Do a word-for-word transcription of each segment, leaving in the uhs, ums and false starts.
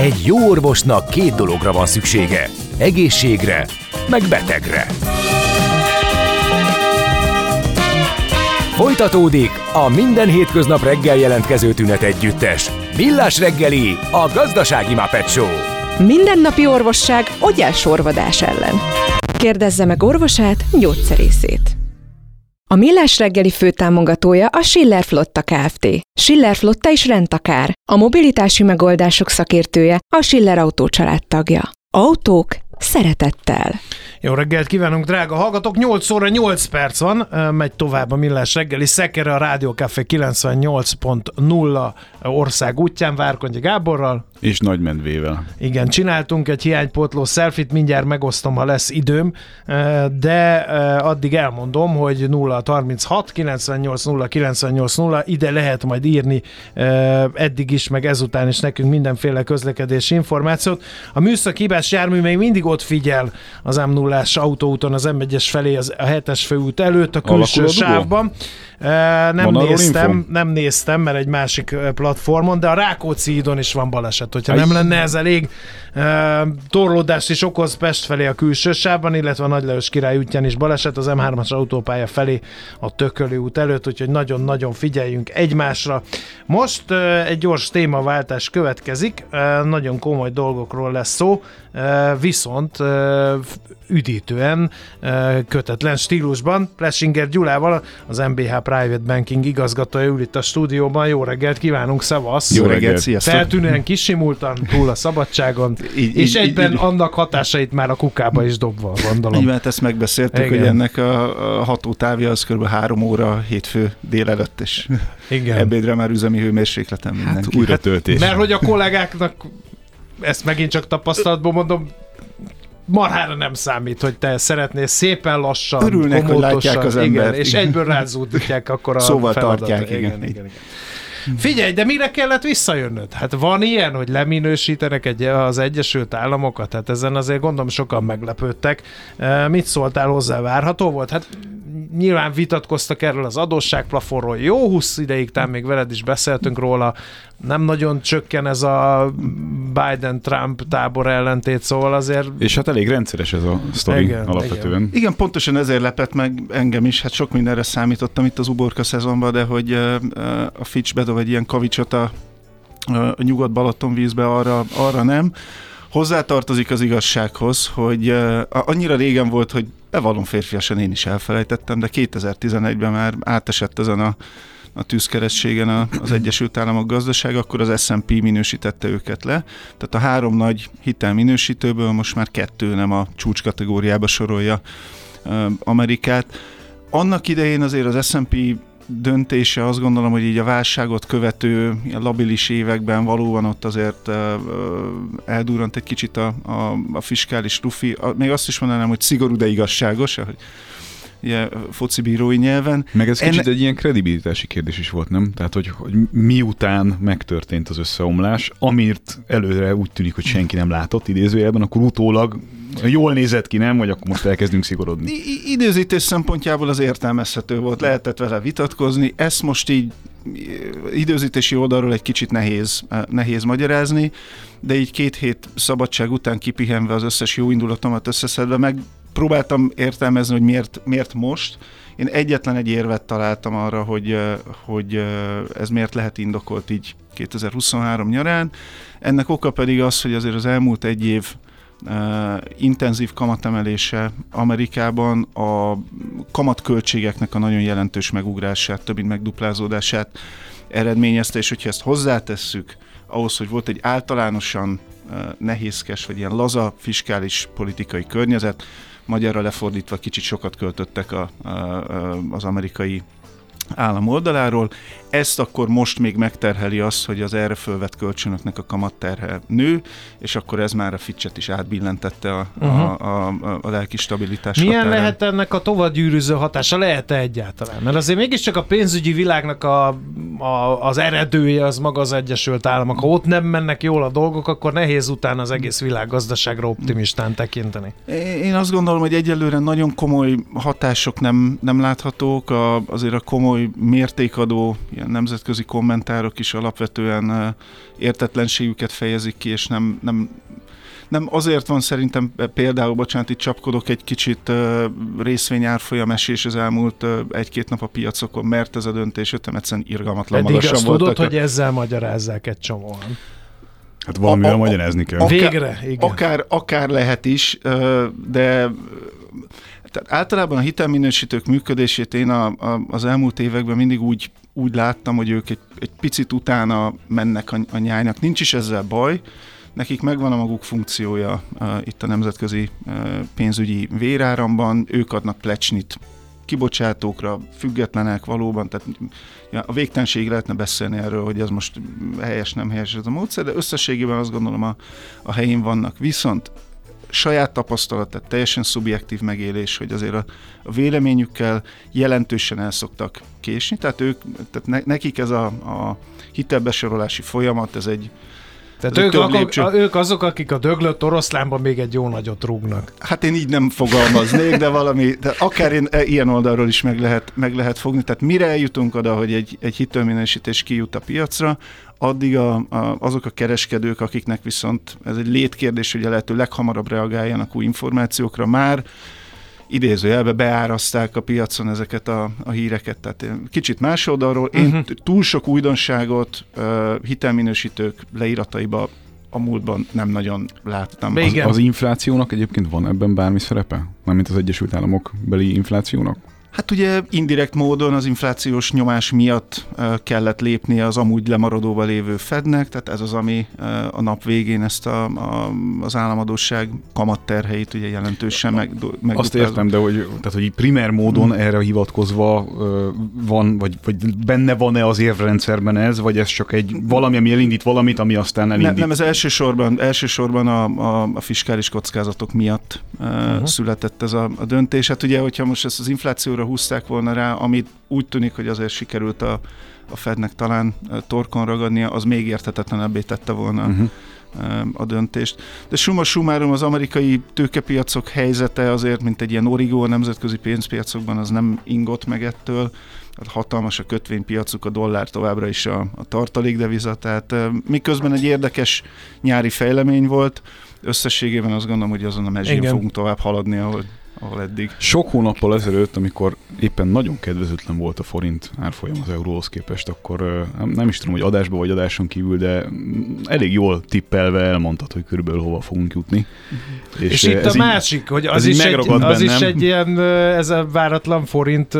Egy jó orvosnak két dologra van szüksége. Egészségre, meg betegre. Folytatódik a minden hétköznap reggel jelentkező tünet együttes. Millás reggeli, a gazdasági Muppet Show. Mindennapi orvosság ogyásorvadás ellen. Kérdezze meg orvosát, gyógyszerészét. A Millás reggeli főtámogatója a Schiller Flotta Kft. Schiller Flotta is rendtakár. A mobilitási megoldások szakértője, a Schiller Autó család tagja. Autók szeretettel. Jó reggelt kívánunk, drága hallgatók! nyolc óra nyolc perc van, megy tovább a Millás reggeli Szekere a Rádió Café kilencvennyolc pont nulla ország útján Várkonyi Gáborral. És Nagy Medvével. Igen, csináltunk egy hiánypótló selfit, mindjárt megosztom, ha lesz időm, de addig elmondom, hogy nulla harminchat kilencvennyolc nulla kilencvennyolc nulla, ide lehet majd írni eddig is, meg ezután is nekünk mindenféle közlekedési információt. A műszaki hibás jármű még mindig ott figyel az M nullás autóúton, az M egyes felé, az a hetes főút előtt, a külső sávban. Nem néztem, nem néztem, mert egy másik platformon, de a Rákóczi hídon is van baleset. Hogyha nem lenne ez elég, torlódást is okoz Pest felé a külső sávban, illetve a Nagy Lajos Király útján is baleset, az M hármas autópálya felé a Tököli út előtt, úgyhogy nagyon-nagyon figyeljünk egymásra. Most egy gyors témaváltás következik, nagyon komoly dolgokról lesz szó, viszont üdítően kötetlen stílusban. Plesinger Gyulával, az em bé há Private Banking igazgatója ül itt a stúdióban. Jó reggelt kívánunk, szevasz! Jó reggelt, sziasztok! Feltűnően kisimultan, túl a szabadságon, így, és így, egyben így, annak hatásait már a kukába is dobva, gondolom. Így, mert ezt megbeszéltük, igen, hogy ennek a, a hatótávja az kb. három óra hétfő délelőtt, és igen, ebédre már üzemi hőmérsékleten mindenki. Hát újra töltés. Mert hogy a kollégáknak, ezt megint csak tapasztalatból mondom, marhára nem számít, hogy te szeretnél szépen lassan, örülnek, hogy látják az embert. Igen, és egyből rázúdítják akkor a szóval feladatot. Tartják, igen. Igen, igen, igen. Figyelj, de mire kellett visszajönnöd? Hát van ilyen, hogy leminősítenek egy, az Egyesült Államokat? Hát ezen azért gondolom sokan meglepődtek. Mit szóltál hozzá? Várható volt? Hát nyilván vitatkoztak erről az adósságplafonról. Jó húsz ideig, tám még veled is beszéltünk róla. Nem nagyon csökken ez a Biden-Trump tábor ellentét, szóval azért... És hát elég rendszeres ez a sztori, igen, alapvetően. Igen. igen, pontosan ezért lepett meg engem is. Hát sok mindenre számítottam itt az uborka szezonban, de hogy a Fitch bedob egy ilyen kavicsot a, a Nyugat-Balaton vízbe, arra, arra nem. Hozzátartozik az igazsághoz, hogy uh, annyira régen volt, hogy bevallom férfiasan én is elfelejtettem, de kétezer-tizenegyben már átesett ezen a, a tűzkeresztségen az Egyesült Államok gazdaság, akkor az es and pé minősítette őket le. Tehát a három nagy hitelminősítőből most már kettő nem a csúcskategóriába sorolja uh, Amerikát. Annak idején azért az es and pé döntése, azt gondolom, hogy így a válságot követő ilyen labilis években valóban ott azért uh, eldurrant egy kicsit a, a, a fiskális lufi. A, még azt is mondanám, hogy szigorú, de igazságos, ahogy ugye, focibírói nyelven. Meg ez kicsit Enne... egy ilyen kredibilitási kérdés is volt, nem? Tehát, hogy, hogy miután megtörtént az összeomlás, amirt előre úgy tűnik, hogy senki nem látott idézőjelben, akkor utólag jól nézett ki, nem? Vagy akkor most elkezdünk szigorodni. I- időzítés szempontjából az értelmezhető volt, lehetett vele vitatkozni. Ezt most így időzítési oldalról egy kicsit nehéz, nehéz magyarázni, de így két hét szabadság után kipihenve az összes jó indulatomat összeszedve meg próbáltam értelmezni, hogy miért, miért most. Én egyetlen egy érvet találtam arra, hogy, hogy ez miért lehet indokolt így kétezer-huszonhárom nyarán. Ennek oka pedig az, hogy azért az elmúlt egy év Uh, intenzív kamatemelése Amerikában a kamatköltségeknek a nagyon jelentős megugrását, több mint megduplázódását eredményezte, és hogyha ezt hozzátesszük ahhoz, hogy volt egy általánosan uh, nehézkes, vagy ilyen laza fiskális politikai környezet, magyarra lefordítva kicsit sokat költöttek a, a, a, az amerikai állam oldaláról. Ezt akkor most még megterheli az, hogy az erre fölvett kölcsönöknek a kamatterhe nő, és akkor ez már a Fitchet is átbillentette a, uh-huh. a, a, a lelki stabilitás Milyen határán. lehet ennek a továbbgyűrűző hatása? Lehet-e egyáltalán? Mert azért mégiscsak a pénzügyi világnak a, a, az eredője az maga az Egyesült Államok. Ha ott nem mennek jól a dolgok, akkor nehéz utána az egész világgazdaságra optimistán tekinteni. Én azt gondolom, hogy egyelőre nagyon komoly hatások nem, nem láthatók. A, azért a komoly komoly mértékadó ilyen nemzetközi kommentárok is alapvetően értetlenségüket fejezik ki, és nem, nem, nem azért van szerintem például, bocsánat, itt csapkodok egy kicsit részvényárfolyam esés az elmúlt egy-két nap a piacokon, mert ez a döntés ötem egyszerűen irgalmatlan magasan voltak. Pedig azt tudod, a... hogy ezzel magyarázzák egy csomóan. Hát valamivel a, a, magyarázni kell. Akár, Végre, igen. Akár, akár lehet is, de tehát általában a hitelminősítők működését én a, a, az elmúlt években mindig úgy, úgy láttam, hogy ők egy, egy picit utána mennek a, a nyájnak. Nincs is ezzel baj, nekik megvan a maguk funkciója uh, itt a nemzetközi uh, pénzügyi véráramban, ők adnak plecsnit kibocsátókra, függetlenek valóban, tehát ja, a végtelenségig lehetne beszélni erről, hogy ez most helyes, nem helyes ez a módszer, de összességében azt gondolom a, a helyén vannak. Viszont saját tapasztalat, tehát teljesen szubjektív megélés, hogy azért a, a véleményükkel jelentősen el szoktak késni, tehát ők, tehát ne, nekik ez a, a hitelbesorolási folyamat, ez egy Tehát ők, akak, ők azok, akik a döglött oroszlánban még egy jó nagyot rúgnak. Hát én így nem fogalmaznék, de valami, de akár én, ilyen oldalról is meg lehet, meg lehet fogni. Tehát mire eljutunk oda, hogy egy, egy hitelminősítés kijut a piacra, addig a, a, azok a kereskedők, akiknek viszont ez egy létkérdés, hogy a lehető leghamarabb reagáljanak új információkra, már idézőjelbe beáraszták a piacon ezeket a, a híreket. Tehát kicsit más oldalról. Én uh-huh. túl sok újdonságot uh, hitelminősítők leírataiba a múltban nem nagyon láttam. Az, az inflációnak egyébként van ebben bármi szerepe? Mármint az Egyesült Államok beli inflációnak? Hát ugye indirekt módon az inflációs nyomás miatt uh, kellett lépnie az amúgy lemaradóban lévő Fednek, tehát ez az, ami uh, a nap végén ezt a, a, az államadósság kamatterheit ugye jelentősen meg, meg Azt értem, de hogy, tehát, hogy primer módon hmm. erre hivatkozva uh, van, vagy, vagy benne van-e az érvrendszerben ez, vagy ez csak egy valami, ami elindít valamit, ami aztán elindít? Nem, nem ez elsősorban, elsősorban a, a, a fiskális kockázatok miatt uh, uh-huh. született ez a, a döntés. Hát ugye, hogyha most ezt az inflációra húzták volna rá, amit úgy tűnik, hogy azért sikerült a, a Fednek talán torkon ragadnia, az még érthetetlenebbé tette volna uh-huh. a döntést. De summa summarum az amerikai tőkepiacok helyzete azért, mint egy ilyen origó a nemzetközi pénzpiacokban, az nem ingott meg ettől. Hát hatalmas a kötvénypiacuk, a dollár továbbra is a, a tartalékdeviza, tehát miközben egy érdekes nyári fejlemény volt, összességében azt gondolom, hogy azon a mezsén fogunk tovább haladni, ahol ahol eddig. Sok hónappal ezelőtt, amikor éppen nagyon kedvezőtlen volt a forint árfolyam az euróhoz képest, akkor nem, nem is tudom, hogy adásba vagy adáson kívül, de elég jól tippelve elmondtad, hogy körülbelül hova fogunk jutni. És, és itt a másik, így, hogy az, is egy, az is egy ilyen, ez a váratlan forint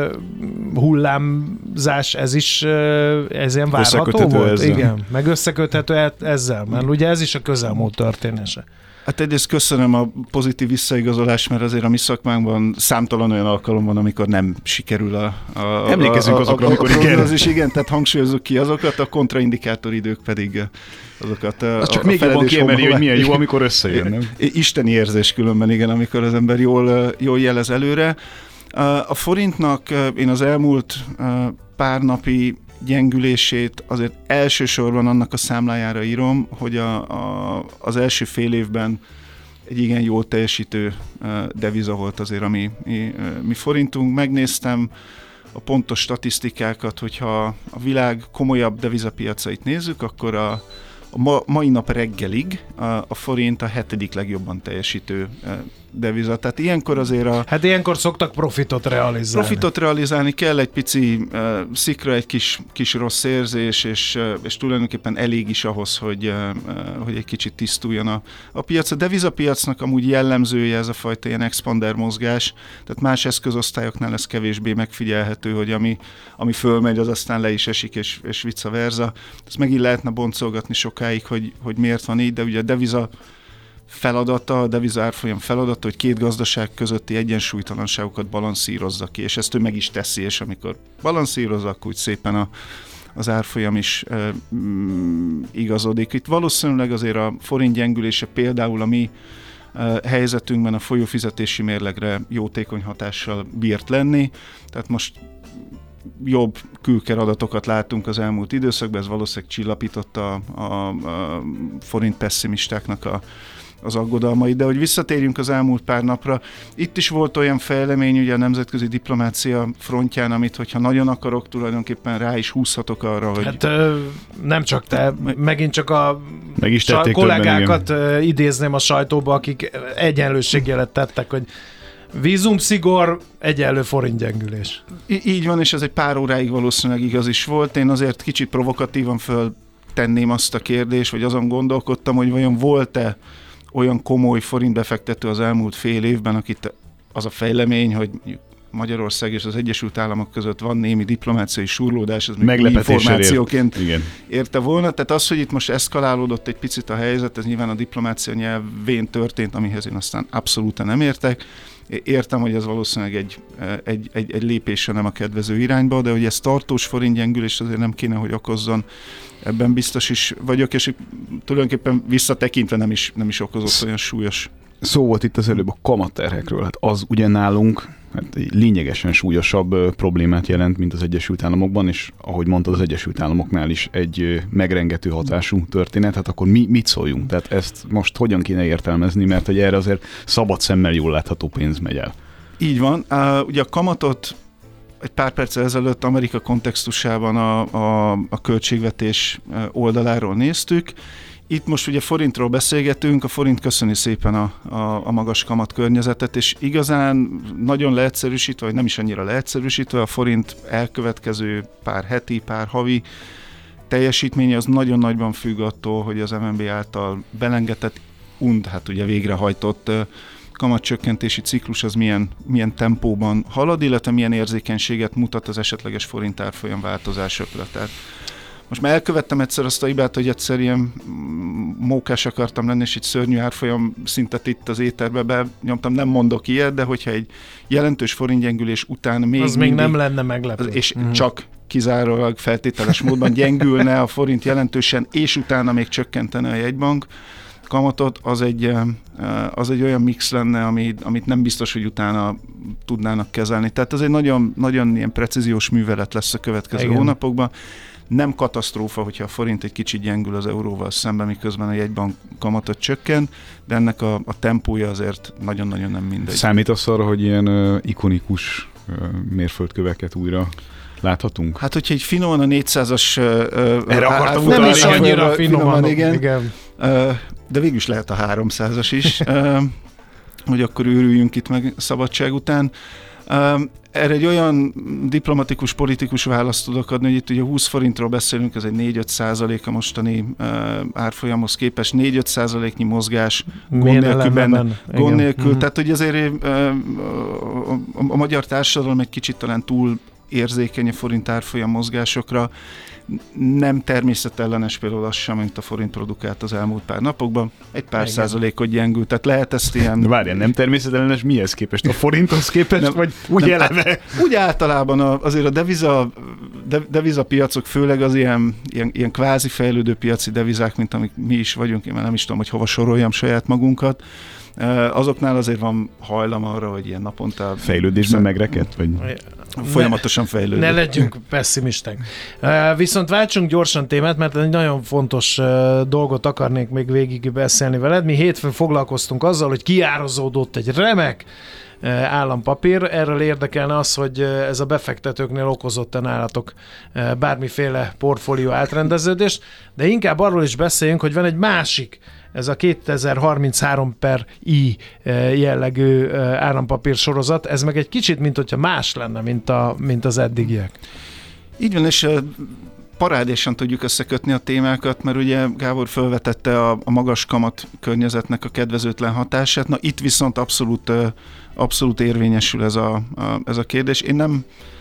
hullámzás, ez is ez ilyen várható volt? Ezzel. Igen, meg összeköthető ezzel, mert ugye ez is a közelmúlt történése. Hát egyrészt köszönöm a pozitív visszaigazolást, mert azért a mi szakmánkban számtalan olyan alkalom van, amikor nem sikerül a... a Emlékezzünk a, a, azokra, a, amikor a, igen. Az is igen, tehát hangsúlyozzuk ki azokat, a kontraindikátor idők pedig azokat... Az a, csak a még jobban kiemeli, hogy milyen jó, amikor összejön, nem? Isteni érzés különben, igen, amikor az ember jól, jól jelez előre. A forintnak én az elmúlt pár napi gyengülését azért elsősorban annak a számlájára írom, hogy a, a, az első fél évben egy igen jól teljesítő uh, deviza volt azért a mi, mi, uh, mi forintunk. Megnéztem a pontos statisztikákat, hogyha a világ komolyabb devizapiacait nézzük, akkor a, a ma, mai nap reggelig a, a forint a hetedik legjobban teljesítő uh, deviza. Tehát ilyenkor azért a... Hát ilyenkor szoktak profitot realizálni. Profitot realizálni kell, egy pici uh, szikra, egy kis, kis rossz érzés, és, uh, és tulajdonképpen elég is ahhoz, hogy, uh, hogy egy kicsit tisztuljon a, a piac. A devizapiacnak amúgy jellemzője ez a fajta ilyen expander mozgás, tehát más eszközosztályoknál ez kevésbé megfigyelhető, hogy ami, ami fölmegy, az aztán le is esik, és, és vice versa. Ezt megint lehetne boncolgatni sokáig, hogy, hogy miért van így, de ugye a deviza feladata, a deviza árfolyam feladata, hogy két gazdaság közötti egyensúlytalanságokat balanszírozza ki, és ezt ő meg is teszi, és amikor balanszírozza, akkor úgy szépen a, az árfolyam is e, mm, igazodik. Itt valószínűleg azért a forint gyengülése például a mi e, helyzetünkben a folyófizetési mérlegre jótékony hatással bírt lenni, tehát most jobb külker adatokat látunk az elmúlt időszakban, ez valószínűleg csillapította a, a, a forint pessimistáknak a az aggodalmait. De hogy visszatérjünk az elmúlt pár napra, itt is volt olyan fejlemény ugye a nemzetközi diplomácia frontján, amit hogyha nagyon akarok, tulajdonképpen rá is húzhatok arra, hogy... Hát ö, nem csak te, megint csak a Meg is saj, tették kollégákat többen, idézném a sajtóba, akik egyenlőségjelet tettek, hogy vízumszigor, egyenlő forintgyengülés. Í- így van, és ez egy pár óráig valószínűleg igaz is volt. Én azért kicsit provokatívan föltenném azt a kérdést, vagy azon gondolkodtam, hogy vajon volt-e olyan komoly forintbefektető az elmúlt fél évben, akit az a fejlemény, hogy Magyarország és az Egyesült Államok között van némi diplomáciai surlódás, ez még információként ért. érte volna. Tehát az, hogy itt most eszkalálódott egy picit a helyzet, ez nyilván a diplomácia nyelvén történt, amihez én aztán abszolút nem értek. Értem, hogy ez valószínűleg egy, egy, egy, egy lépésre nem a kedvező irányba, de hogy ez tartós forintgyengülés azért nem kéne, hogy okozzon. Ebben biztos is vagyok, és tulajdonképpen visszatekintve nem is, nem is okozott olyan súlyos. Szó volt itt az előbb a kamatterhekről. Hát az ugye nálunk hát egy lényegesen súlyosabb ö, problémát jelent, mint az Egyesült Államokban, és ahogy mondtad, az Egyesült Államoknál is egy ö, megrengető hatású történet, hát akkor mi mit szóljunk? Tehát ezt most hogyan kéne értelmezni, mert hogy erre azért szabad szemmel jól látható pénz megy el. Így van. Uh, ugye a kamatot egy pár perccel ezelőtt Amerika kontextusában a, a, a költségvetés oldaláról néztük. Itt most ugye forintról beszélgetünk, a forint köszöni szépen a, a, a magas kamat környezetet, és igazán nagyon leegyszerűsítve, vagy nem is annyira leegyszerűsítve, a forint elkövetkező pár heti, pár havi teljesítménye az nagyon nagyban függ attól, hogy az em en bé által belengedett, und, hát ugye végrehajtott kamatcsökkentési ciklus az milyen, milyen tempóban halad, illetve milyen érzékenységet mutat az esetleges forint árfolyam változásokra. Tehát most már elkövettem egyszer azt a hibát, hogy egyszer ilyen mókás akartam lenni, és egy szörnyű árfolyam szintet itt az éterbe benyomtam. Nem mondok ilyet, de hogyha egy jelentős forintgyengülés után még az mindig, még nem lenne meglepő. És mm. csak kizárólag feltételes módban gyengülne a forint jelentősen, és utána még csökkentene a jegybank kamatot, az egy, az egy olyan mix lenne, amit, amit nem biztos, hogy utána tudnának kezelni. Tehát ez egy nagyon, nagyon ilyen precíziós művelet lesz a következő Igen. hónapokban. Nem katasztrófa, hogyha a forint egy kicsit gyengül az euróval szemben, miközben a jegybank kamatot csökken, de ennek a, a tempója azért nagyon-nagyon nem mindegy. Számítasz arra, hogy ilyen uh, ikonikus uh, mérföldköveket újra láthatunk? Hát, hogyha egy finoman a négyszázas... Uh, Erre akartam utalni. Nem is igen, annyira finoman, finoman igen. igen. Uh, de végül is lehet a háromszázas is, uh, hogy akkor őrüljünk itt meg szabadság után. Uh, erre egy olyan diplomatikus, politikus választ tudok adni, hogy itt ugye húsz forintról beszélünk, ez egy négy-öt százalék a mostani uh, árfolyamhoz képest, négy-öt százaléknyi mozgás gond nélkül, benne, gond nélkül. Mm. Tehát, hogy azért uh, a, a, a magyar társadalom egy kicsit talán túl érzékeny a forint árfolyam mozgásokra, nem természetellenes például az sem, mint a forint produkált az elmúlt pár napokban. Egy pár Igen. százalékot gyengült, tehát lehet ezt ilyen... De várjál, nem természetellenes mihez képest? A forinthoz képest, nem, vagy úgy nem, eleve? Úgy általában a, azért a deviza, de, devizapiacok, főleg az ilyen, ilyen, ilyen kvázi fejlődő piaci devizák, mint amik mi is vagyunk, én már nem is tudom, hogy hova soroljam saját magunkat, azoknál azért van hajlam arra, hogy ilyen naponta... Fejlődésben megrekedt? Vagy... Folyamatosan fejlődik. Ne legyünk pessimisták. Viszont váltsunk gyorsan témát, mert egy nagyon fontos dolgot akarnék még végig beszélni veled. Mi hétfőn foglalkoztunk azzal, hogy kiározódott egy remek állampapír. Erről érdekelne az, hogy ez a befektetőknél okozott-e nálatok bármiféle portfólió átrendeződést, de inkább arról is beszéljünk, hogy van egy másik, ez a kétezer-harminchárom per I jellegű állampapír sorozat, ez meg egy kicsit, mint hogyha más lenne, mint, a, mint az eddigiek. Így van, és parádésan tudjuk összekötni a témákat, mert ugye Gábor felvetette a, a magas kamat környezetnek a kedvezőtlen hatását, na itt viszont abszolút, abszolút érvényesül ez a, a, ez a kérdés. Én nem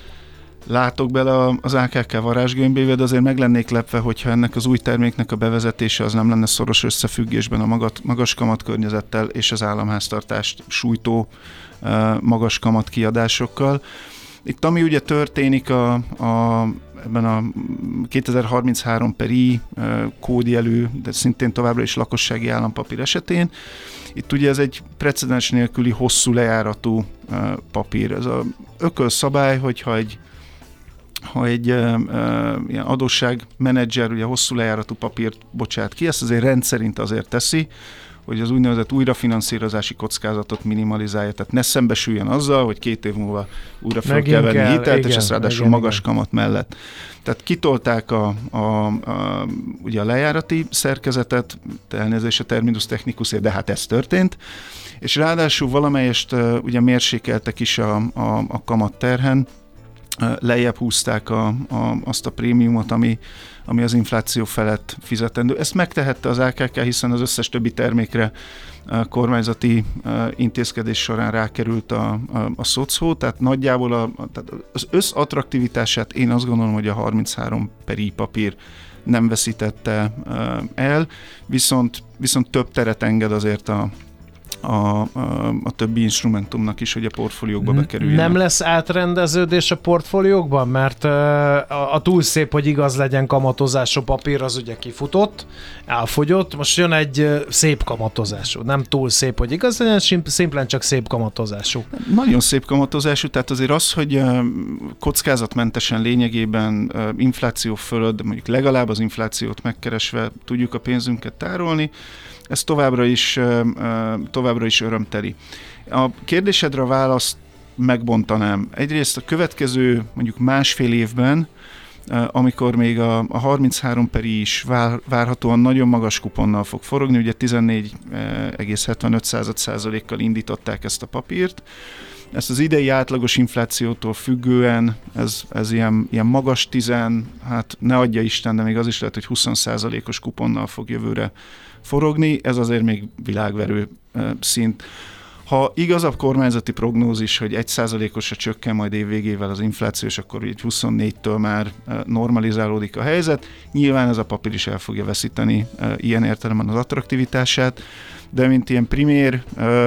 látok bele az á ká ká varázsgömbébe, de azért meg lennék lepve, hogyha ennek az új terméknek a bevezetése az nem lenne szoros összefüggésben a magas, magas kamat környezettel és az államháztartást sújtó magas kamat kiadásokkal. Itt ami ugye történik a, a, ebben a kétezer-harminchárom per I kódjelű, de szintén továbbra is lakossági állampapír esetén, itt ugye ez egy precedens nélküli hosszú lejáratú papír. Ez a ökölszabály, hogyha egy ha egy uh, uh, ilyen adósságmenedzser ugye hosszú lejáratú papírt bocsát ki, ezt azért rendszerint azért teszi, hogy az úgynevezett újrafinanszírozási kockázatot minimalizálja, tehát ne szembesüljön azzal, hogy két év múlva újra fel kell venni kell, hitelt, igen, és ez ráadásul igen, magas igen. kamat mellett. Tehát kitolták a, a, a, ugye a lejárati szerkezetet, elnézést a terminus technicusért, de hát ez történt, és ráadásul valamelyest uh, ugye mérsékeltek is a, a, a kamat terhen, uh, lejjebb húzták a, a, azt a prémiumot, ami ami az infláció felett fizetendő. Ezt megtehette az á ká ká, hiszen az összes többi termékre a kormányzati intézkedés során rákerült a, a, a szocó, tehát nagyjából a, tehát az összattraktivitását én azt gondolom, hogy a harminchárom per i papír nem veszítette el, viszont, viszont több teret enged azért a A, a, a többi instrumentumnak is, hogy a portfóliókba bekerüljenek. Nem lesz átrendeződés a portfóliókban? Mert a, a túl szép, hogy igaz legyen kamatozású papír, az ugye kifutott, elfogyott, most jön egy szép kamatozású. Nem túl szép, hogy igaz legyen, szimplán csak szép kamatozású. Nagyon szép kamatozású, tehát azért az, hogy kockázatmentesen lényegében infláció fölött, mondjuk legalább az inflációt megkeresve tudjuk a pénzünket tárolni, ez továbbra is, továbbra is örömteli. A kérdésedre a választ megbontanám. Egyrészt a következő mondjuk másfél évben, amikor még a, a harminchárom per i is vár, várhatóan nagyon magas kuponnal fog forogni, ugye tizennégy egész hetvenöt százalékkal indították ezt a papírt. Ezt az idei átlagos inflációtól függően, ez, ez ilyen, ilyen magas tizen, hát ne adja Isten, de még az is lehet, hogy húsz százalékos kuponnal fog jövőre forogni, ez azért még világverő szint. Ha igaz a kormányzati prognózis, hogy egy százalékosra csökken majd évvégével az infláció, és akkor így huszonnégytől már normalizálódik a helyzet, nyilván ez a papír is el fogja veszíteni ilyen értelemben az attraktivitását, de mint ilyen primér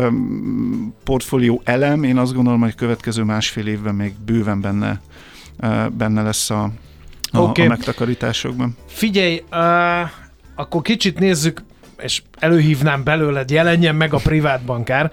portfólió elem, én azt gondolom, hogy a következő másfél évben még bőven benne, benne lesz a, a, okay. a megtakarításokban. Figyelj, uh, akkor kicsit nézzük, és előhívnám belőled, jelenjen meg a privát bankár.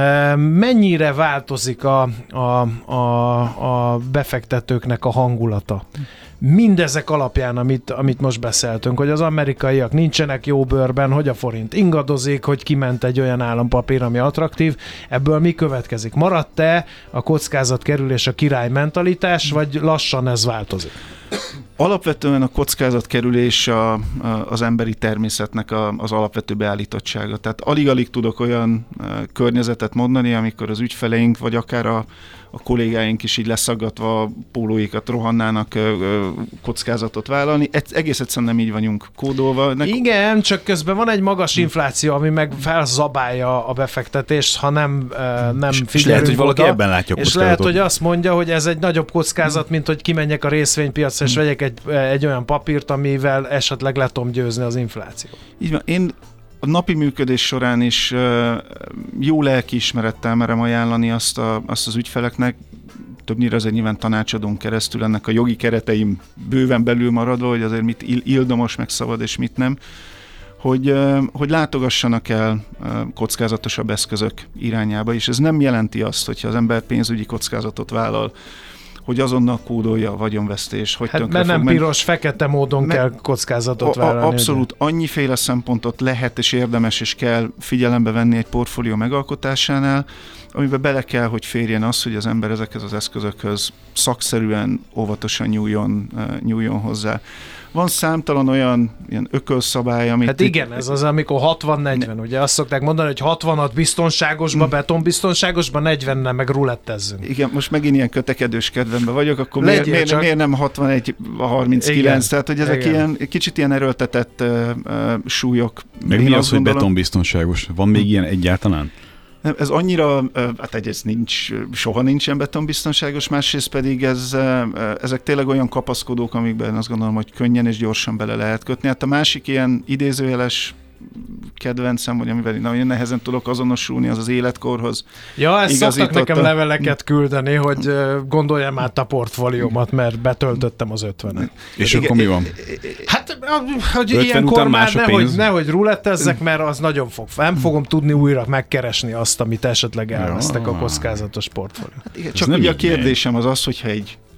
Mennyire változik a, a, a, a befektetőknek a hangulata? Mindezek alapján, amit, amit most beszéltünk, hogy az amerikaiak nincsenek jó bőrben, hogy a forint ingadozik, hogy kiment egy olyan állampapír, ami attraktív. Ebből mi következik? Maradt-e a kockázatkerülés a király mentalitás, vagy lassan ez változik? Alapvetően a kockázatkerülés a, a, az emberi természetnek a, az alapvető beállítottsága. Tehát alig-alig tudok olyan a, környezetet mondani, amikor az ügyfeleink, vagy akár a, a kollégáink is így leszaggatva a pólóikat rohannának ö, ö, kockázatot vállalni. Ez, egész egyszerűen nem így vagyunk kódolva. Nek... Igen, csak közben van egy magas infláció, ami meg felzabálja a befektetést, ha nem, ö, nem figyelünk. És lehet, hogy valaki oda, ebben látja a és lehet, hogy azt mondja, hogy ez egy nagyobb kockázat, mint hogy kimenjek a részvénypiacra, és vegyek egy, egy olyan papírt, amivel esetleg le tudom győzni az inflációt. Így van. Én a napi működés során is uh, jó lelkiismerettel merem ajánlani azt, a, azt az ügyfeleknek, többnyire azért nyilván tanácsadón keresztül, ennek a jogi kereteim bőven belül maradva, hogy azért mit ildomos, meg szabad, és mit nem, hogy, uh, hogy látogassanak el uh, kockázatosabb eszközök irányába, és ez nem jelenti azt, hogyha az ember pénzügyi kockázatot vállal, hogy azonnal kódolja a vagyonvesztés, hogy hát, tönkre mert nem fog piros, menni. Fekete módon mert kell kockázatot a, a, vállalni. Abszolút, ugye? Annyiféle szempontot lehet és érdemes és kell figyelembe venni egy portfólió megalkotásánál, amiben bele kell, hogy férjen az, hogy az ember ezekhez az eszközökhöz szakszerűen, óvatosan nyúljon, uh, nyúljon hozzá. Van számtalan olyan ilyen ökölszabály, amit... Hát igen, ez az, amikor hatvan negyven, ne... ugye azt szokták mondani, hogy hatvanat biztonságosba, mm. betonbiztonságosba, negyvennel meg rulettezzünk. Igen, most megint ilyen kötekedős kedvemben vagyok, akkor miért, miért, csak... miért nem hatvanegy a harminckilenc? Igen. Tehát, hogy ezek ilyen, kicsit ilyen erőltetett uh, uh, súlyok. Meg mi az, hogy betonbiztonságos? Van még ilyen egyáltalán? Nem, ez annyira, hát egyrészt nincs, soha nincsen betonbiztonságos, másrészt pedig ez, ezek tényleg olyan kapaszkodók, amikben azt gondolom, hogy könnyen és gyorsan bele lehet kötni. Hát a másik ilyen idézőjeles kedvencem, vagy amivel nagyon nehezen tudok azonosulni, az az életkorhoz. Ja, ezt szoktak nekem leveleket küldeni, hogy gondoljam át a portfóliómat, mert betöltöttem az ötvenet. És akkor mi van? Hát, hogy ilyenkor már nehogy, nehogy rulettezzek, mert az nagyon fog. Nem fogom tudni újra megkeresni azt, amit esetleg elvesztek a kockázatos portfólió. Hát igen, csak ugye a kérdésem az az, hogyha egy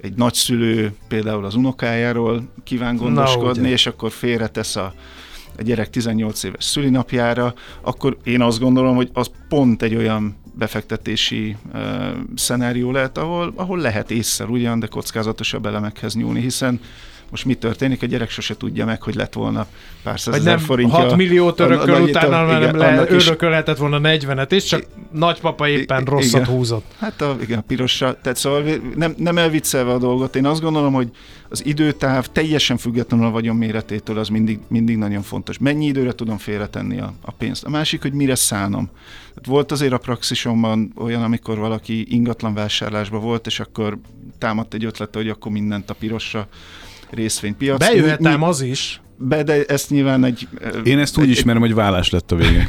egy nagyszülő például az unokájáról kíván gondoskodni, és akkor félretesz a, a gyerek tizennyolc éves szülinapjára, akkor én azt gondolom, hogy az pont egy olyan befektetési uh, szenárió lehet, ahol, ahol lehet észszel ugyan, de kockázatosabb elemekhez nyúlni, hiszen most mi történik? A gyerek sose tudja meg, hogy lett volna pár százezer forintja. hat milliót örököl, a, utána igen, le, örökölhetett volna negyvenet is, csak I, nagypapa éppen I, rosszat igen, húzott. Hát a, igen, a pirosra. Tehát szóval nem, nem elviccelve a dolgot. Én azt gondolom, hogy az időtáv teljesen függetlenül a vagyon méretétől az mindig, mindig nagyon fontos. Mennyi időre tudom félretenni a, a pénzt? A másik, hogy mire szánom. Hát volt azért a praxisomban olyan, amikor valaki ingatlan vásárlásban volt, és akkor támadt egy ötlet, hogy akkor mindent a pirosra részvénypiac. Bejöhetem az is. Be, de ezt nyilván egy... Én ezt úgy egy, ismerem, hogy vállás lett a vége.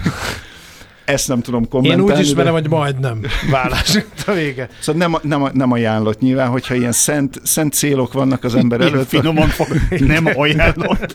Ezt nem tudom kommentálni. Én úgy ismerem, de... hogy majdnem vállás lett a vége. Szóval nem, nem, nem ajánlott nyilván, hogyha ilyen szent, szent célok vannak az ember előtt. Finoman fog, nem ajánlott.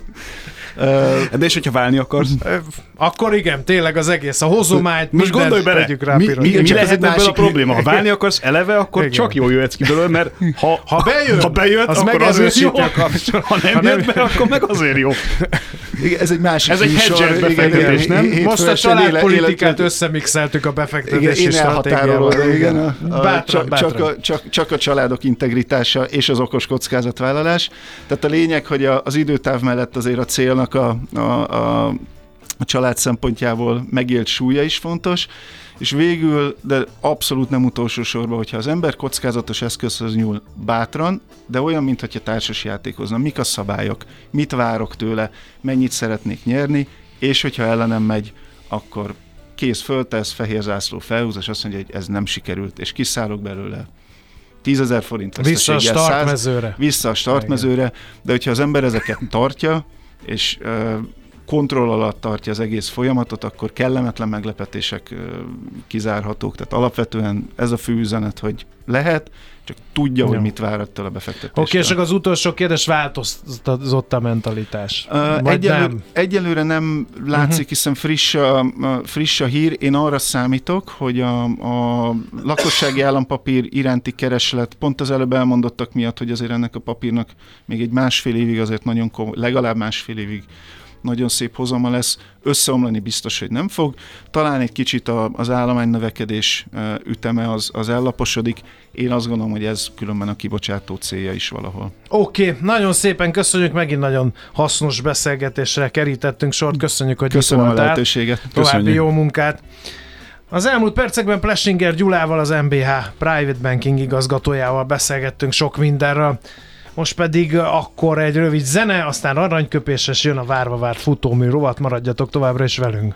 De és hogyha válni akarsz? Akkor igen, tényleg az egész, a hozományt, most gondolj bele, tegyük rá mi, mi, mi lehet ebből a probléma? Ha válni akarsz eleve, akkor igen. Csak jól jöhetsz ki belőle, mert ha, ha bejön, ha bejött, az akkor azért jó. Ha nem, ha nem jött be, akkor meg azért jó. Igen, ez egy másik Ez egy hedge befektetés, nem? Most a családpolitikát összemixeltük a befektetési stratégiával. Igen, a, csak, csak, a, csak, csak a családok integritása és az okos kockázatvállalás. Tehát a lényeg, hogy az időtáv mellett azért a célnak A, a, a, a család szempontjából megélt súlya is fontos, és végül, de abszolút nem utolsó sorban, hogyha az ember kockázatos eszközhöz nyúl bátran, de olyan, mintha társas játékozna. Mik a szabályok? Mit várok tőle? Mennyit szeretnék nyerni? És hogyha ellenem megy, akkor kész föltesz, fehér zászló felhúz, és azt mondja, hogy ez nem sikerült, és kiszállok belőle tízezer forint. Vissza a startmezőre. Vissza a startmezőre, de hogyha az ember ezeket tartja, és uh, kontroll alatt tartja az egész folyamatot, akkor kellemetlen meglepetések uh, kizárhatók. Tehát alapvetően ez a fő üzenet, hogy lehet, csak tudja, ja. hogy mit vár ettől a befektetéstől. Oké, és az utolsó kérdés, változott a mentalitás? Uh, egyelő, nem? Egyelőre nem látszik, uh-huh. hiszen friss a, friss a hír. Én arra számítok, hogy a, a lakossági állampapír iránti kereslet pont az előbb elmondottak miatt, hogy azért ennek a papírnak még egy másfél évig azért nagyon komoly, legalább másfél évig nagyon szép hozama lesz, összeomlani biztos, hogy nem fog. Talán egy kicsit a, az állomány növekedés üteme az, az ellaposodik. Én azt gondolom, hogy ez különben a kibocsátó célja is valahol. Oké, okay, nagyon szépen köszönjük, megint nagyon hasznos beszélgetésre kerítettünk sort. Köszönjük, hogy Köszönöm itt voltál. a lehetőséget. További Köszönjük. Jó munkát. Az elmúlt percekben Plessinger Gyulával, az em bé há Private Banking igazgatójával beszélgettünk sok mindenről. Most pedig akkor egy rövid zene, aztán aranyköpéses, jön a várva várt futómű rovat, maradjatok továbbra is velünk.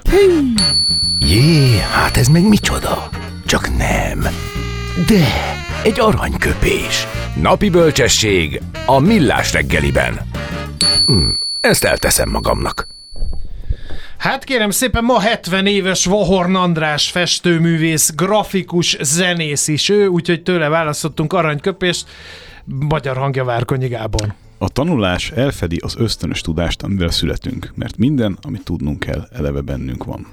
Jé, hát ez meg micsoda? Csak nem. De, egy aranyköpés. Napi bölcsesség a Millás reggeliben. Hm, ezt elteszem magamnak. Hát kérem szépen, ma hetven éves Vahorn András festőművész, grafikus, zenész is ő, úgyhogy tőle választottunk aranyköpést. Magyar hangja Várkonyi Gábor. A tanulás elfedi az ösztönös tudást, amivel születünk, mert minden, amit tudnunk kell, eleve bennünk van.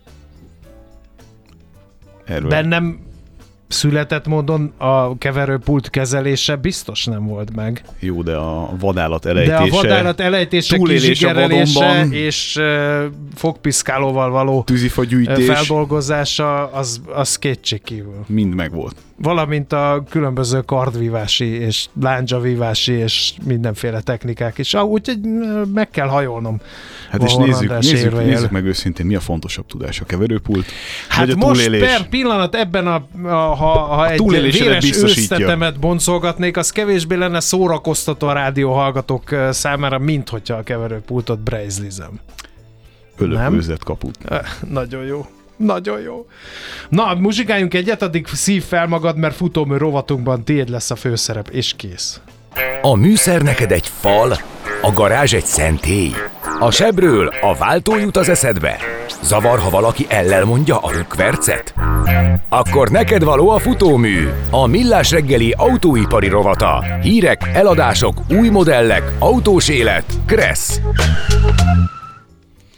Erről. Bennem született módon a keverőpult kezelése biztos nem volt meg. Jó, de a vadállat elejtése, de a vadállat elejtése, kizsigerelése és uh, fogpiszkálóval való tűzifagyűjtés, feldolgozása, az, az kétségkívül. Mind megvolt. Valamint a különböző kardvívási és láncsavívási és mindenféle technikák is. Ah, úgyhogy meg kell hajolnom. Hát és nézzük, nézzük, nézzük meg őszintén, mi a fontosabb tudás, a keverőpult, hát vagy a most túlélés? Per pillanat ebben, a, a, ha, ha a egy véres ősztetemet boncolgatnék, az kevésbé lenne szórakoztató a rádióhallgatók számára, mint hogyha a keverőpultot brejzlizem. Ölöpőzett kaput. Nagyon jó. Nagyon jó. Na, muzsikáljunk egyet, addig szív fel magad, mert futómű rovatunkban tiéd lesz a főszerep, és kész. A műszer neked egy fal, a garázs egy szentély. A sebről a váltó jut az eszedbe. Zavar, ha valaki ellel mondja a rükvercet? Akkor neked való a futómű, a Millás reggeli autóipari rovata. Hírek, eladások, új modellek, autós élet, Kressz.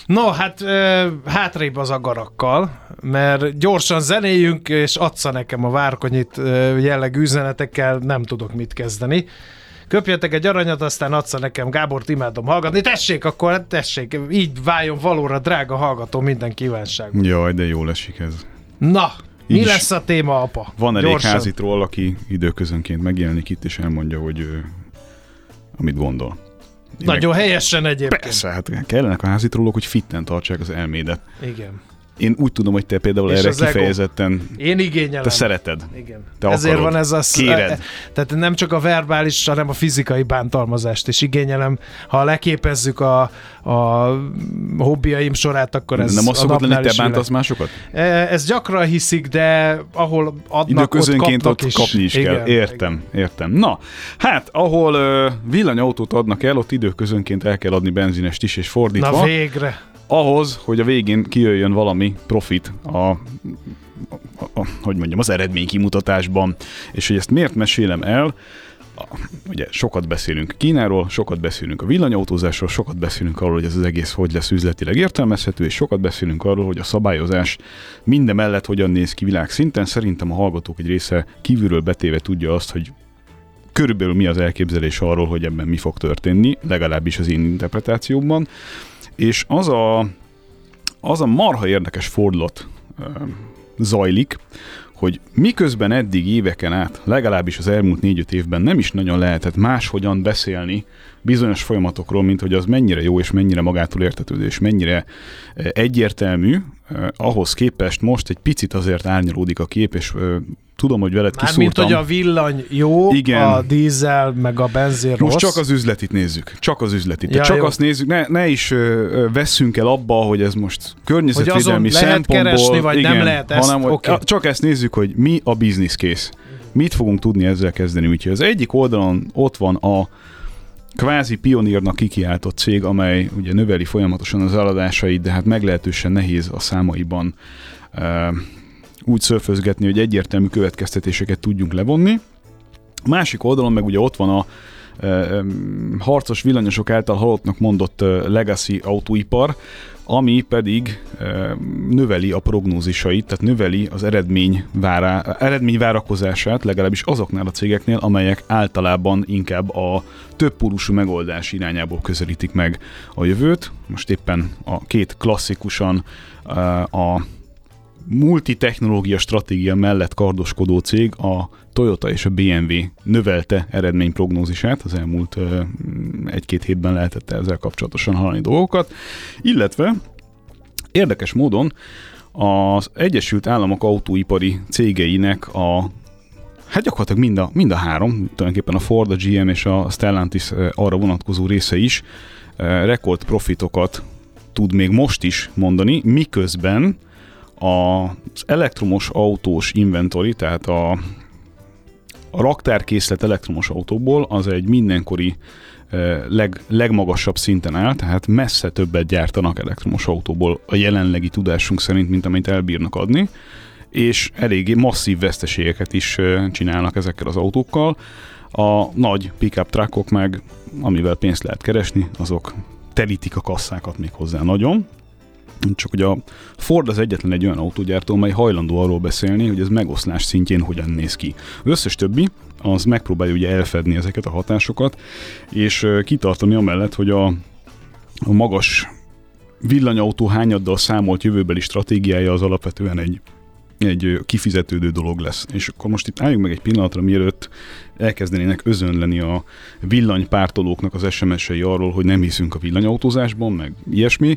No, hát ö, hátrébb az agarakkal, mert gyorsan zenéljünk, és adsza nekem a várkonyit ö, jellegű üzenetekkel, nem tudok mit kezdeni. Köpjetek egy aranyat, aztán adsza nekem, Gábort imádom hallgatni. Tessék, akkor hát tessék, így váljon valóra, drága hallgató, minden kívánságban. Jaj, de jól esik ez. Na, Így mi lesz a téma, apa? Van elég Gyorsan. házitról, aki időközönként megjelenik itt, és elmondja, hogy ő, amit gondol. Én Nagyon meg... helyesen egyébként. Persze, hát kellenek a házitrollok, hogy fitten tartsák az elmédet. Igen. Én úgy tudom, hogy te például És erre az ego. kifejezetten Én igényelem. te szereted. Igen. Te Ezért akarod. van ez a... Kéred. Tehát nem csak a verbális, hanem a fizikai bántalmazást is igényelem. Ha leképezzük a, a hobbiaim sorát, akkor ez nem az a szokott lenni, napnál te is bántasz világ. másokat? Ez gyakran hiszik, de ahol adnak, Időközönként ott, ott is. kapni is Igen, kell. Értem, értem. Na, hát ahol uh, villanyautót adnak el, ott időközönként el kell adni benzinest is, és fordítva. Na végre. Ahhoz, hogy a végén kijöjjön valami profit a, a, a, hogy mondjam, az eredmény kimutatásban. És hogy ezt miért mesélem el, ugye sokat beszélünk Kínáról, sokat beszélünk a villanyautózásról, sokat beszélünk arról, hogy ez az egész hogy lesz üzletileg értelmezhető, és sokat beszélünk arról, hogy a szabályozás mindemellett hogyan néz ki világszinten. Szerintem a hallgatók egy része kívülről betéve tudja azt, hogy körülbelül mi az elképzelés arról, hogy ebben mi fog történni, legalábbis az én interpretációmban. És az a, az a marha érdekes fordulat uh, zajlik, hogy miközben eddig éveken át, legalábbis az elmúlt négy-öt évben nem is nagyon lehetett máshogyan beszélni bizonyos folyamatokról, mint hogy az mennyire jó és mennyire magától értetődő és mennyire egyértelmű, eh, ahhoz képest most egy picit azért árnyalódik a kép, és eh, tudom, hogy veled Mármint, kiszúrtam. hogy a villany jó, Igen. a dízel meg a benzin rossz. Most csak az üzletit nézzük. Csak az üzletit. Ja, csak jó. azt nézzük, ne, ne is ö, vesszünk el abba, hogy ez most környezetvédelmi hogy azon lehet szempontból. keresni, vagy igen, nem lehet ezt, hanem, hogy okay. Csak ezt nézzük, hogy mi a business case. Mit fogunk tudni ezzel kezdeni. Úgyhogy az egyik oldalon ott van a kvázi pionírnak kikiáltott cég, amely ugye növeli folyamatosan az eladásait, de hát meglehetősen nehéz a számaiban uh, úgy szörfözgetni, hogy egyértelmű következtetéseket tudjunk levonni. A másik oldalon meg ugye ott van a uh, harcos villanyosok által halottnak mondott uh, legacy autóipar, ami pedig uh, növeli a prognózisait, tehát növeli az eredmény, várá, eredmény várakozását, legalábbis azoknál a cégeknél, amelyek általában inkább a több pólusú megoldás irányából közelítik meg a jövőt. Most éppen a két klasszikusan uh, a multitechnológia stratégia mellett kardoskodó cég, a Toyota és a bé em vé növelte eredményprognózisát, az elmúlt uh, egy-két hétben lehetett ezzel kapcsolatosan hallani dolgokat, illetve érdekes módon az Egyesült Államok autóipari cégeinek a hát gyakorlatilag mind a, mind a három, tulajdonképpen a Ford, a gé em és a Stellantis uh, arra vonatkozó része is uh, rekord profitokat tud még most is mondani, miközben az elektromos autós inventory, tehát a, a raktárkészlet elektromos autóból az egy mindenkori leg, legmagasabb szinten áll, tehát messze többet gyártanak elektromos autóból a jelenlegi tudásunk szerint, mint amit elbírnak adni, és eléggé masszív veszteségeket is csinálnak ezekkel az autókkal. A nagy pick-up truckok meg, amivel pénzt lehet keresni, azok telítik a kasszákat még hozzá nagyon. Csak hogy a Ford az egyetlen egy olyan autógyártó, mely hajlandó arról beszélni, hogy ez megoszlás szintjén hogyan néz ki. Az összes többi az megpróbálja ugye elfedni ezeket a hatásokat, és kitartani amellett, hogy a, a magas villanyautó hányaddal számolt jövőbeli stratégiája az alapvetően egy, egy kifizetődő dolog lesz. És akkor most itt álljunk meg egy pillanatra, mielőtt elkezdenének özönleni a villanypártolóknak az es em es-ei arról, hogy nem hiszünk a villanyautózásban, meg ilyesmi.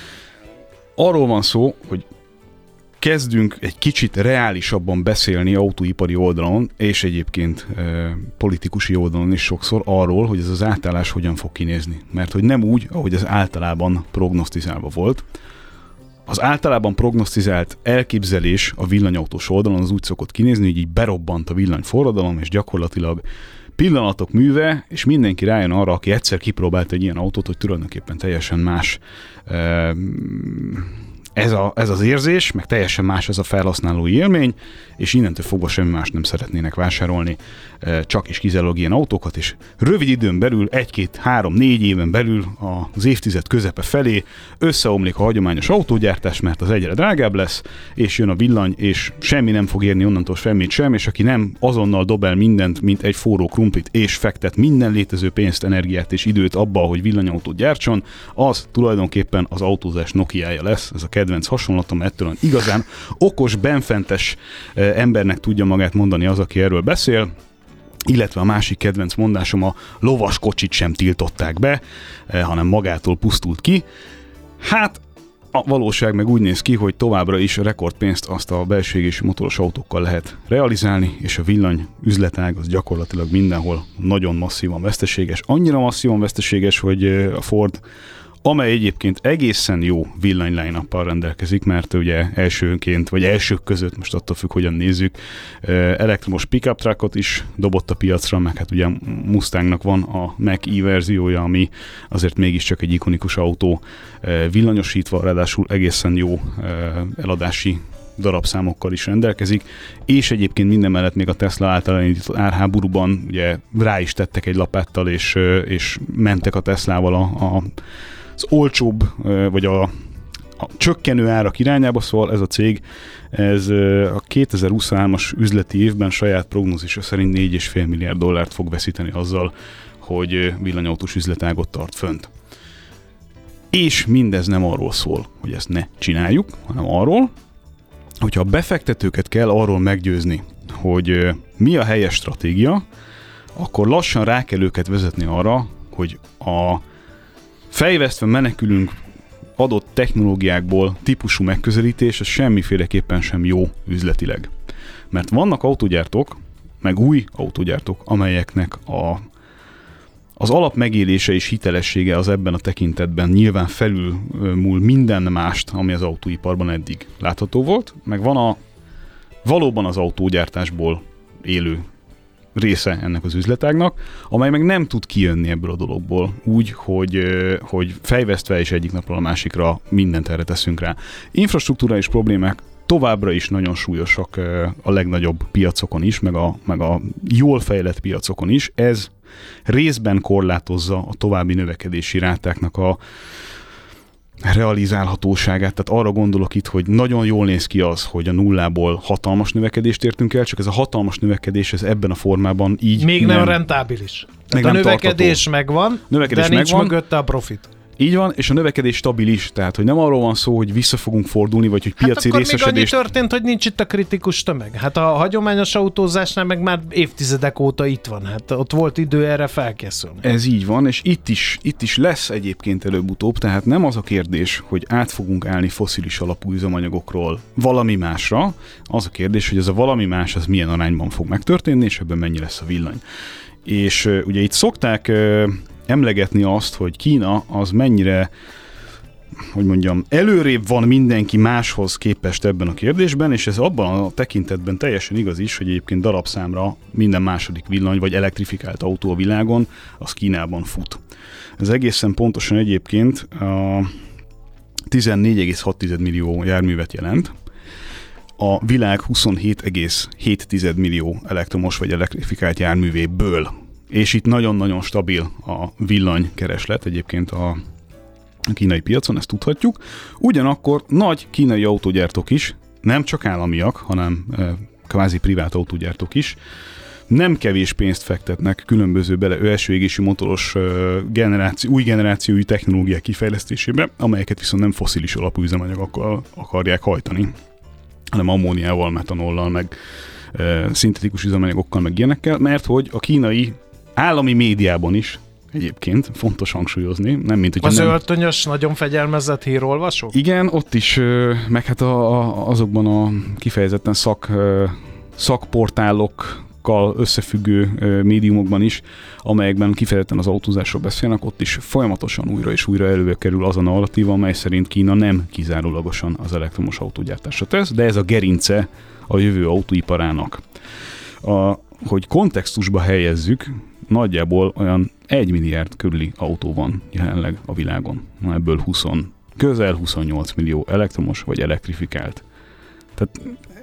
Arról van szó, hogy kezdünk egy kicsit reálisabban beszélni autóipari oldalon, és egyébként e, politikusi oldalon is sokszor arról, hogy ez az átállás hogyan fog kinézni. Mert hogy nem úgy, ahogy ez általában prognosztizálva volt. Az általában prognosztizált elképzelés a villanyautós oldalon az úgy szokott kinézni, hogy így berobbant a villanyforradalom, és gyakorlatilag pillanatok műve, és mindenki rájön arra, aki egyszer kipróbált egy ilyen autót, hogy tulajdonképpen teljesen más e, ez, a, ez az érzés, meg teljesen más ez a felhasználói élmény, és innentől fogva semmi más nem szeretnének vásárolni, csak is kizárólag ilyen autókat, és rövid időn belül, egy-két, három, négy éven belül az évtized közepe felé összeomlik a hagyományos autógyártás, mert az egyre drágább lesz, és jön a villany, és semmi nem fog érni onnantól semmit sem, és aki nem azonnal dob el mindent, mint egy forró krumplit, és fektet minden létező pénzt, energiát és időt abba, hogy villanyautót gyártson, az tulajdonképpen az autózás Nokiája lesz, ez a kedvenc hasonlatom, ettől igazán okos, benfentes embernek tudja magát mondani az, aki erről beszél, illetve a másik kedvenc mondásom, a lovas kocsit sem tiltották be, hanem magától pusztult ki. Hát a valóság meg úgy néz ki, hogy továbbra is rekordpénzt azt a belső égésű motoros autókkal lehet realizálni, és a villany üzletág az gyakorlatilag mindenhol nagyon masszívan veszteséges. Annyira masszívan veszteséges, hogy a Ford, amely egyébként egészen jó villany line-uppal rendelkezik, mert ugye elsőként, vagy elsők között, most attól függ, hogyan nézzük, elektromos pickup truckot is dobott a piacra, meg hát ugye Mustangnak van a Mach-E verziója, ami azért mégiscsak egy ikonikus autó, villanyosítva, ráadásul egészen jó eladási darabszámokkal is rendelkezik, és egyébként minden mellett még a Tesla által elindított árháborúban ugye rá is tettek egy lapáttal, és, és mentek a Teslával a, a az olcsóbb, vagy a, a csökkenő árak irányába, szóval ez a cég, ez a kétezer-huszonhármas üzleti évben saját prognózisa szerint négy egész öt milliárd dollárt fog veszíteni azzal, hogy villanyautós üzletágot tart fönt. És mindez nem arról szól, hogy ezt ne csináljuk, hanem arról, hogyha a befektetőket kell arról meggyőzni, hogy mi a helyes stratégia, akkor lassan rá kell őket vezetni arra, hogy a fejvesztve menekülünk adott technológiákból típusú megközelítés, ez semmiféleképpen sem jó üzletileg. Mert vannak autógyártók, meg új autógyártók, amelyeknek a, az alapmegélése és hitelessége az ebben a tekintetben nyilván felülmúl minden mást, ami az autóiparban eddig látható volt, meg van a valóban az autógyártásból élő része ennek az üzletágnak, amely meg nem tud kijönni ebből a dologból úgy, hogy, hogy fejvesztve és egyik napról a másikra mindent erre teszünk rá. Infrastruktúrális problémák továbbra is nagyon súlyosak a legnagyobb piacokon is, meg a, meg a jól fejlett piacokon is. Ez részben korlátozza a további növekedési rátáknak a realizálhatóságát, tehát arra gondolok itt, hogy nagyon jól néz ki az, hogy a nullából hatalmas növekedést értünk el, csak ez a hatalmas növekedés ez ebben a formában így még nem, nem rentábilis. Még a nem növekedés tartató. megvan, növekedés de nincs megvan. mögötte a profit. Így van, és a növekedés stabilis, tehát hogy nem arról van szó, hogy vissza fogunk fordulni, vagy hogy piaci hát részesedést... akkor még annyi történt, hogy nincs itt a kritikus tömeg. Hát a hagyományos autózásnál meg már évtizedek óta itt van. Hát ott volt idő erre felkészülni. Ez így van, és itt is, itt is lesz egyébként előbb-utóbb, tehát nem az a kérdés, hogy át fogunk állni fosszilis alapú üzemanyagokról valami másra, az a kérdés, hogy ez a valami más az milyen arányban fog megtörténni, és ebben mennyi lesz a villany. És uh, ugye itt szokták uh, emlegetni azt, hogy Kína az mennyire, hogy mondjam, előrébb van mindenki máshoz képest ebben a kérdésben, és ez abban a tekintetben teljesen igaz is, hogy egyébként darabszámra minden második villany vagy elektrifikált autó a világon, az Kínában fut. Ez egészen pontosan egyébként a tizennégy egész hat millió járművet jelent, a világ huszonhét egész hét millió elektromos vagy elektrifikált járművéből. És itt nagyon-nagyon stabil a villanykereslet egyébként a kínai piacon, ezt tudhatjuk. Ugyanakkor nagy kínai autógyártók is, nem csak államiak, hanem e, kvázi privát autógyártók is, nem kevés pénzt fektetnek különböző bele első égésű motoros e, generáció, új generációi technológiák kifejlesztésébe, amelyeket viszont nem fosszilis alapú üzemanyagokkal akarják hajtani, hanem ammóniával, metanollal, meg e, szintetikus üzemanyagokkal, meg ilyenekkel, mert hogy a kínai állami médiában is egyébként fontos hangsúlyozni, nem mint hogy az nem... öltönyös, nagyon fegyelmezett hírolvasók? Igen, ott is, meg hát a, a, azokban a kifejezetten szak, szakportálokkal összefüggő médiumokban is, amelyekben kifejezetten az autózásról beszélnek, ott is folyamatosan újra és újra előkerül az a narratíva, amely szerint Kína nem kizárólagosan az elektromos autógyártásra tesz, de ez a gerince a jövő autóiparának. A, hogy kontextusba helyezzük, nagyjából olyan egy milliárd körüli autó van jelenleg a világon. Ebből huszonhat közel huszonnyolc millió elektromos vagy elektrifikált. Tehát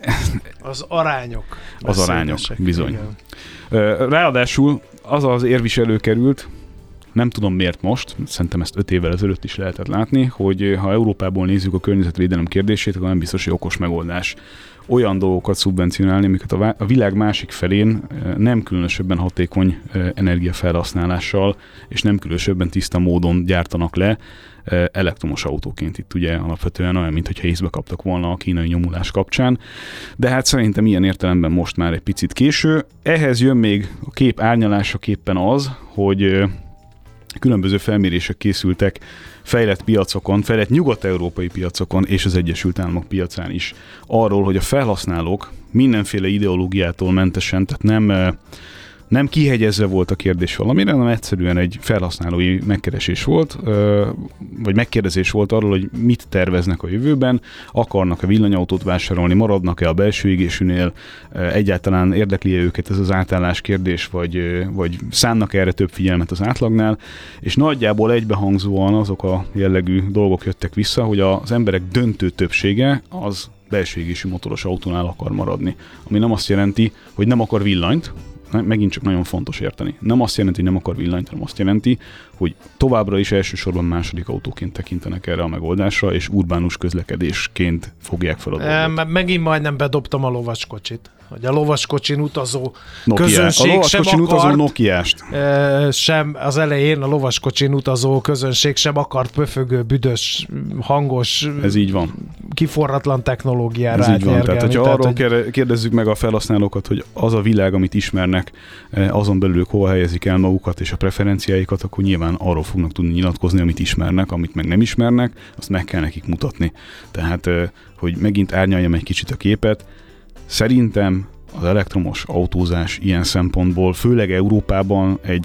az arányok. Az arányok, bizony. Igen. Ráadásul az az érv is előkerült, nem tudom miért most, szerintem ezt öt évvel ezelőtt is lehetett látni, hogy ha Európából nézzük a környezetvédelem kérdését, akkor nem biztos, hogy okos megoldás olyan dolgokat szubvencionálni, amiket a világ másik felén nem különösebben hatékony energiafelhasználással és nem különösebben tiszta módon gyártanak le elektromos autóként. Itt ugye alapvetően olyan, mintha észbe kaptak volna a kínai nyomulás kapcsán, de hát szerintem ilyen értelemben most már egy picit késő. Ehhez jön még a kép árnyalásaképpen az, hogy különböző felmérések készültek fejlett piacokon, fejlett nyugat-európai piacokon és az Egyesült Államok piacán is arról, hogy a felhasználók mindenféle ideológiától mentesen, tehát nem, nem kihegyezve volt a kérdés valamire, hanem egyszerűen egy felhasználói megkeresés volt, vagy megkérdezés volt arról, hogy mit terveznek a jövőben, akarnak-e villanyautót vásárolni, maradnak-e a belső égésűnél, egyáltalán érdekli-e őket ez az átállás kérdés, vagy, vagy szánnak erre több figyelmet az átlagnál, és nagyjából egybehangzóan azok a jellegű dolgok jöttek vissza, hogy az emberek döntő többsége az belső égésű motoros autónál akar maradni. Ami nem azt jelenti, hogy nem akar villanyt, megint csak nagyon fontos érteni. Nem azt jelenti, hogy nem akar villanyt, hanem azt jelenti, hogy továbbra is elsősorban második autóként tekintenek erre a megoldásra, és urbánus közlekedésként fogják fel a dolgot. E, megint majdnem bedobtam a lovaskocsit, hogy a lovaskocsin utazó Nokia. közönség a lovaskocsin sem akart, utazó Nokiást. E, sem az elején a lovaskocsin utazó közönség sem akart pöfögő, büdös, hangos, ez így van. kiforratlan technológiára ez így van. Tehát, hogyha tehát, arról hogy... kérdezzük meg a felhasználókat, hogy az a világ, amit ismernek, azon belül hova helyezik el magukat és a preferenciáikat, akkor nyilván arról fognak tudni nyilatkozni, amit ismernek, amit meg nem ismernek, azt meg kell nekik mutatni. Tehát, hogy megint árnyaljam egy kicsit a képet, szerintem az elektromos autózás ilyen szempontból, főleg Európában egy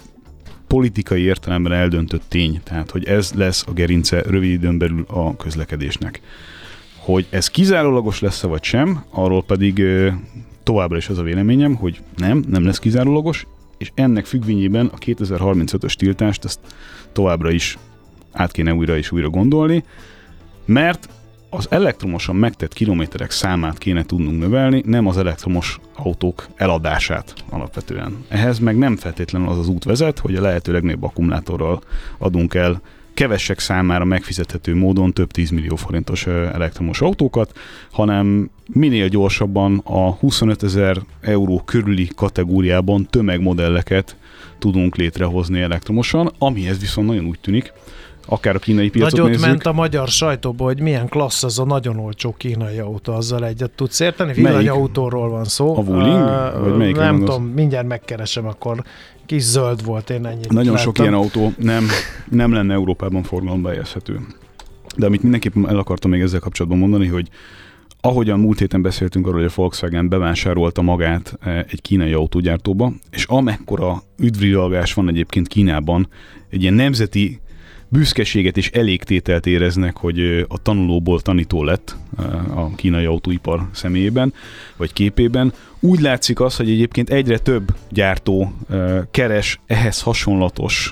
politikai értelemben eldöntött tény, tehát hogy ez lesz a gerince rövid időn belül a közlekedésnek. Hogy ez kizárólagos lesz-e vagy sem, arról pedig továbbra is az a véleményem, hogy nem, nem lesz kizárólagos, és ennek függvényében a kétezer-harmincötös tiltást ezt továbbra is át kéne újra és újra gondolni, mert az elektromosan megtett kilométerek számát kéne tudnunk növelni, nem az elektromos autók eladását alapvetően. Ehhez meg nem feltétlenül az az út vezet, hogy a lehető legnagyobb akkumulátorral adunk el kevesek számára megfizethető módon több tízmillió forintos elektromos autókat, hanem minél gyorsabban a huszonötezer euró körüli kategóriában tömegmodelleket tudunk létrehozni elektromosan, amihez viszont nagyon úgy tűnik, akár a kínai piacot Nagyot nézzük. ment a magyar sajtóba, hogy milyen klassz az a nagyon olcsó kínai autó, azzal egyet tudsz érteni? Villanyautóról van szó. A Wuling? Uh, Vagy melyik? Nem tudom, mindjárt megkeresem, akkor kis zöld volt, én ennyit Nagyon láttam. sok ilyen autó nem, nem lenne Európában forgalomba helyezhető. De amit mindenképpen el akartam még ezzel kapcsolatban mondani, hogy ahogyan múlt héten beszéltünk arról, hogy a Volkswagen bevásárolta magát egy kínai autógyártóba, és amekkora üdvrivalgás van egyébként Kínában, egy ilyen nemzeti büszkeséget és elégtételt éreznek, hogy a tanulóból tanító lett a kínai autóipar személyében, vagy képében. Úgy látszik az, hogy egyébként egyre több gyártó keres ehhez hasonlatos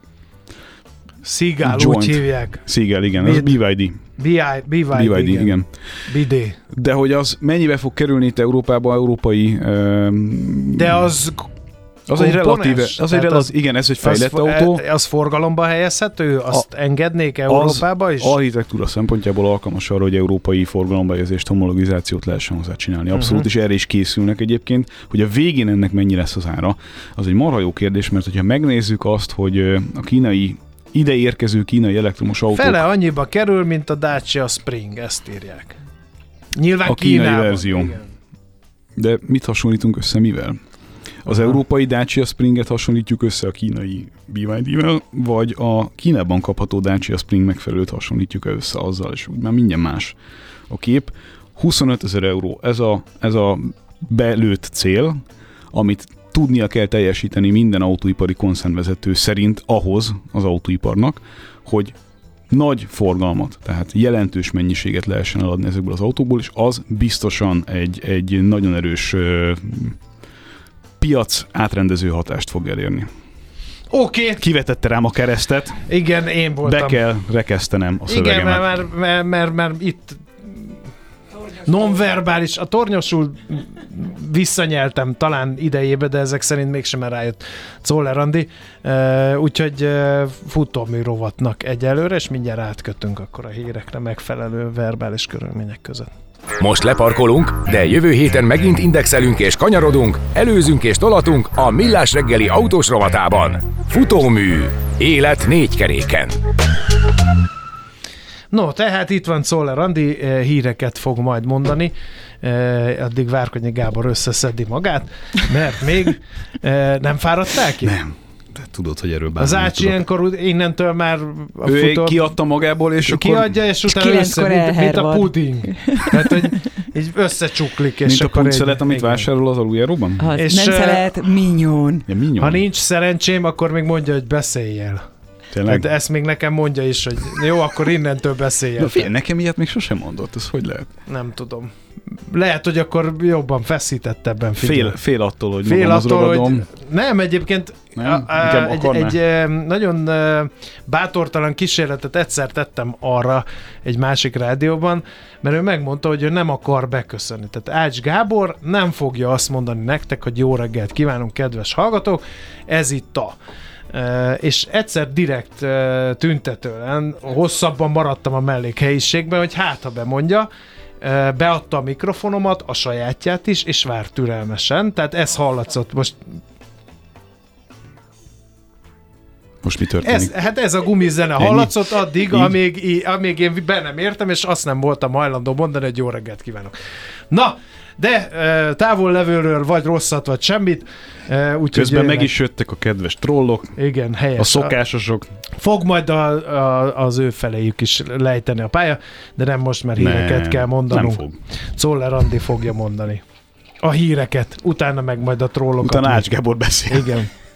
Seagull, joint. úgy hívják. Seagull, igen, az B Y D. B Y D, igen. igen. B D. De hogy az mennyibe fog kerülni itt Európába, európai... Um, De az... Az egy relatíve, az egy relatíve, igen, ez egy fejlett az, autó. Az forgalomba helyezhető? Azt a, engednék Európába is? Architektúra szempontjából alkalmas arra, hogy európai forgalomba helyezést, homologizációt lehessen hozzá csinálni. Abszolút, uh-huh. És erre is készülnek egyébként. Hogy a végén ennek mennyi lesz az ára, az egy marha jó kérdés, mert hogyha megnézzük azt, hogy a kínai, ide érkező kínai elektromos autók... Fele annyiba kerül, mint a Dacia Spring, ezt írják. Nyilván a kínai Kínában, verzió. Igen. De mit hasonlítunk össze mivel? Az Aha. európai Dacia Springet hasonlítjuk össze a kínai B Y D-vel, vagy a Kínában kapható Dacia Spring megfelelőt hasonlítjuk össze azzal, és úgy már mindjárt más a kép. huszonötezer euró, ez a, ez a belőtt cél, amit tudnia kell teljesíteni minden autóipari koncernvezető szerint ahhoz az autóiparnak, hogy nagy forgalmat, tehát jelentős mennyiséget lehessen eladni ezekből az autókból, és az biztosan egy, egy nagyon erős piac átrendező hatást fog elérni. Oké. Okay. Kivetette rám a keresztet. Igen, én voltam. Be kell rekesztenem a szövegemet. Igen, mert, mert, mert, mert itt nonverbális, a tornyosul visszanyeltem talán idejébe, de ezek szerint mégsem rájött Czoller Andi. Uh, úgyhogy uh, futómű rovatnak egyelőre, és mindjárt átkötünk akkor a hírekre megfelelő verbális körülmények között. Most leparkolunk, de jövő héten megint indexelünk és kanyarodunk, előzünk és tolatunk a Millás reggeli autós rovatában. Futómű. Élet négy keréken. No, tehát itt van Czoller Andi, híreket fog majd mondani, addig Várkonyi Gábor összeszedi magát, mert még nem fáradtál ki? Nem. De tudod, hogy erről bármit Az Ács ilyenkor innentől már a ő futó... kiadta magából, és akkor... Kiadja, és utána össze, mint, mint a puding. Tehát, hogy így összecsuklik, és mint akkor... Mint a puncelet, amit igen. vásárol az aluljáróban? Az és nem szelet, mignon. Ja, mignon. Ha nincs szerencsém, akkor még mondja, hogy beszéljél. Tényleg? De ezt még nekem mondja is, hogy jó, akkor innentől beszéljél. Na fél, nekem ilyet még sosem mondott, ez hogy lehet? Nem tudom. Lehet, hogy akkor jobban feszítettebben figyel. Fél, fél attól, hogy fél magamhoz attól, ragadom. hogy nem, egyébként Nem? a, a, egy, egy nagyon bátortalan kísérletet egyszer tettem arra egy másik rádióban, mert ő megmondta, hogy ő nem akar beköszönni. Tehát Ács Gábor nem fogja azt mondani nektek, hogy jó reggelt kívánunk, kedves hallgatók, ez itt a... Uh, és egyszer direkt uh, tüntetően hosszabban maradtam a mellékhelyiségben, hogy hát ha bemondja, uh, beadta a mikrofonomat, a sajátját is, és várt türelmesen, tehát ez hallatszott. Most Most mi történik? Ez, hát ez a gumizene Ennyi? hallatszott addig, Így? amíg, amíg én be nem értem, és azt nem voltam hajlandó mondani, hogy jó reggelt kívánok. Na, de távol levőről vagy rosszat, vagy semmit. Úgy, Közben meg is jöttek a kedves trollok, igen, helyes. a szokásosok. Fog majd a, a, az ő feléjük is lejteni a pálya, de nem most, mert híreket Nem, kell mondanunk. nem fog. Czoller Andi fogja mondani. A híreket, utána meg majd a trollokat. Utána Ács Gábor beszél. Igen.